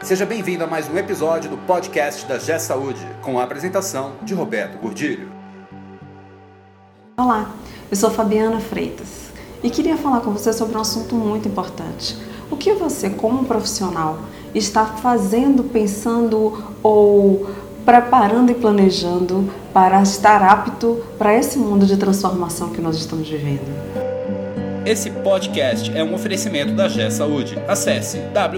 Seja bem-vindo a mais um episódio do podcast da GE Saúde, com a apresentação de Roberto Gordilho. Olá, eu sou Fabiana Freitas e queria falar com você sobre um assunto muito importante. O que você, como profissional, está fazendo, pensando ou preparando e planejando para estar apto para esse mundo de transformação que nós estamos vivendo? Esse podcast é um oferecimento da GE Saúde. Acesse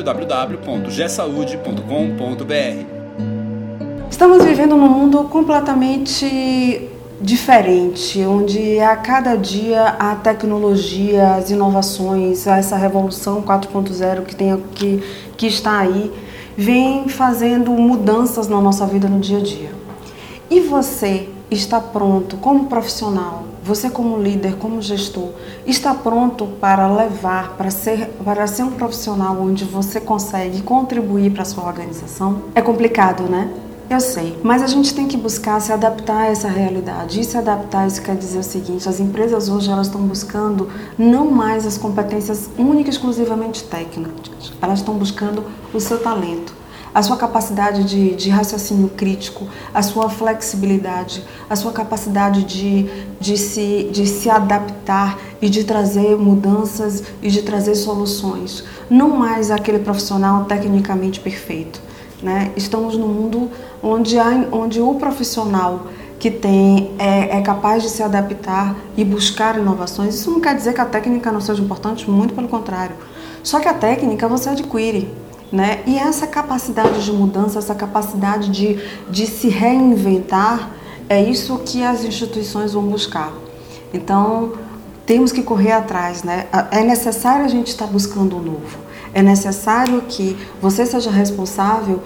www.gesaude.com.br. Estamos vivendo num mundo completamente diferente, onde a cada dia a tecnologia, as inovações, essa revolução 4.0 que está aí, vem fazendo mudanças na nossa vida no dia a dia. E você está pronto como profissional, você como líder, como gestor, está pronto para levar, para ser um profissional onde você consegue contribuir para a sua organização? É complicado, né? Eu sei, mas a gente tem que buscar se adaptar a essa realidade. E se adaptar, isso quer dizer o seguinte: as empresas hoje elas estão buscando não mais as competências únicas, exclusivamente técnicas. Elas estão buscando o seu talento, a sua capacidade de raciocínio crítico, a sua flexibilidade, a sua capacidade de se adaptar e de trazer mudanças e de trazer soluções. Não mais aquele profissional tecnicamente perfeito, né? Estamos num mundo onde o profissional que é capaz de se adaptar e buscar inovações. Isso não quer dizer que a técnica não seja importante, muito pelo contrário. Só que a técnica você adquire, né? E essa capacidade de mudança, essa capacidade de se reinventar, é isso que as instituições vão buscar. Então, temos que correr atrás, né? É necessário a gente estar buscando o novo. É necessário que você seja responsável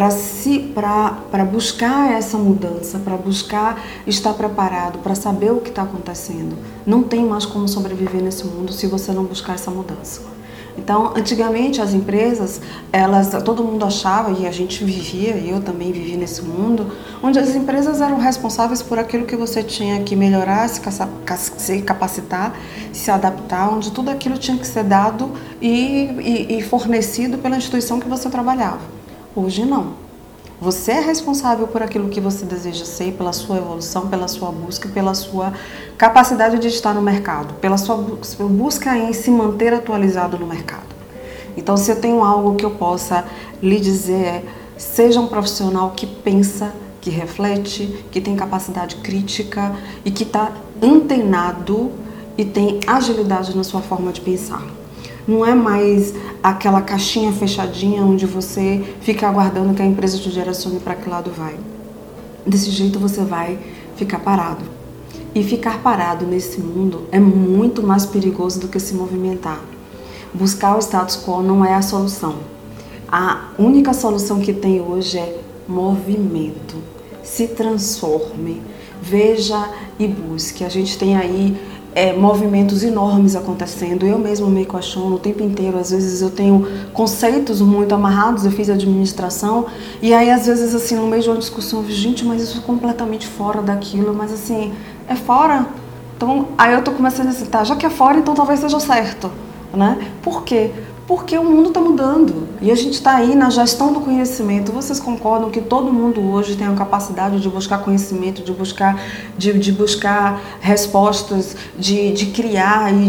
para buscar essa mudança, para buscar estar preparado, para saber o que está acontecendo. Não tem mais como sobreviver nesse mundo se você não buscar essa mudança. Então, antigamente as empresas, todo mundo achava, e a gente vivia, e eu também vivi nesse mundo, onde as empresas eram responsáveis por aquilo que você tinha que melhorar, se capacitar, se adaptar, onde tudo aquilo tinha que ser dado e fornecido pela instituição que você trabalhava. Hoje não. Você é responsável por aquilo que você deseja ser, pela sua evolução, pela sua busca, pela sua capacidade de estar no mercado, pela sua busca em se manter atualizado no mercado. Então, se eu tenho algo que eu possa lhe dizer, seja um profissional que pensa, que reflete, que tem capacidade crítica e que está antenado e tem agilidade na sua forma de pensar. Não é mais aquela caixinha fechadinha onde você fica aguardando que a empresa te direcione para que lado vai. Desse jeito você vai ficar parado. E ficar parado nesse mundo é muito mais perigoso do que se movimentar. Buscar o status quo não é a solução. A única solução que tem hoje é movimento. Se transforme, veja e busque. A gente tem aí movimentos enormes acontecendo. Eu mesma me questiono o tempo inteiro. Às vezes eu tenho conceitos muito amarrados, eu fiz administração, e aí às vezes assim, no meio de uma discussão, eu digo, gente, mas isso é completamente fora daquilo, mas assim, é fora? Então, aí eu tô começando assim, tá, já que é fora, então talvez seja certo, né? Por quê? Porque o mundo está mudando e a gente está aí na gestão do conhecimento. Vocês concordam que todo mundo hoje tem a capacidade de buscar conhecimento, de buscar respostas, de criar e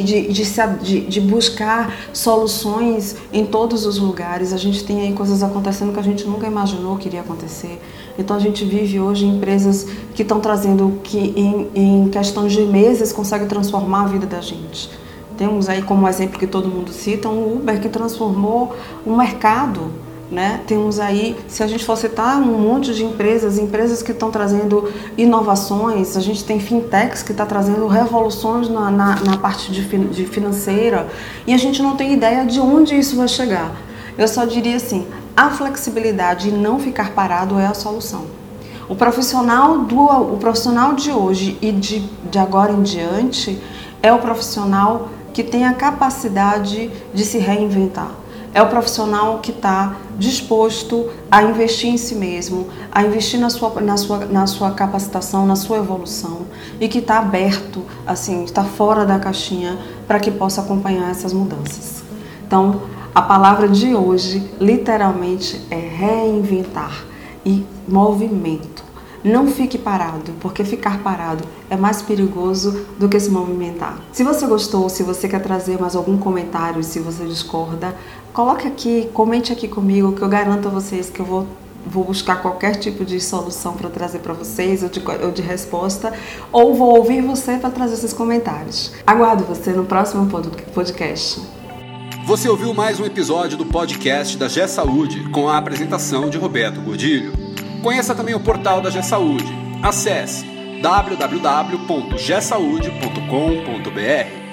de buscar soluções em todos os lugares. A gente tem aí coisas acontecendo que a gente nunca imaginou que iria acontecer. Então a gente vive hoje empresas que estão trazendo, que em questão de meses conseguem transformar a vida da gente. Temos aí como exemplo que todo mundo cita, um Uber que transformou o mercado, né? Temos aí, se a gente for citar, um monte de empresas que estão trazendo inovações. A gente tem fintechs que está trazendo revoluções na parte de financeira, e a gente não tem ideia de onde isso vai chegar. Eu só diria assim, a flexibilidade e não ficar parado é a solução. O profissional de hoje e de agora em diante é o profissional que tem a capacidade de se reinventar. É o profissional que está disposto a investir em si mesmo, a investir na sua capacitação, na sua evolução, e que está aberto, assim, está fora da caixinha para que possa acompanhar essas mudanças. Então, A palavra de hoje, literalmente, é reinventar e movimento. Não fique parado, porque ficar parado é mais perigoso do que se movimentar. Se você gostou, se você quer trazer mais algum comentário, se você discorda, coloque aqui, comente aqui comigo, que eu garanto a vocês que eu vou buscar qualquer tipo de solução para trazer para vocês, ou de resposta, ou vou ouvir você para trazer esses comentários. Aguardo você no próximo podcast. Você ouviu mais um episódio do podcast da G Saúde, com a apresentação de Roberto Gordilho. Conheça também o portal da G Saúde. Acesse www.gsaude.com.br.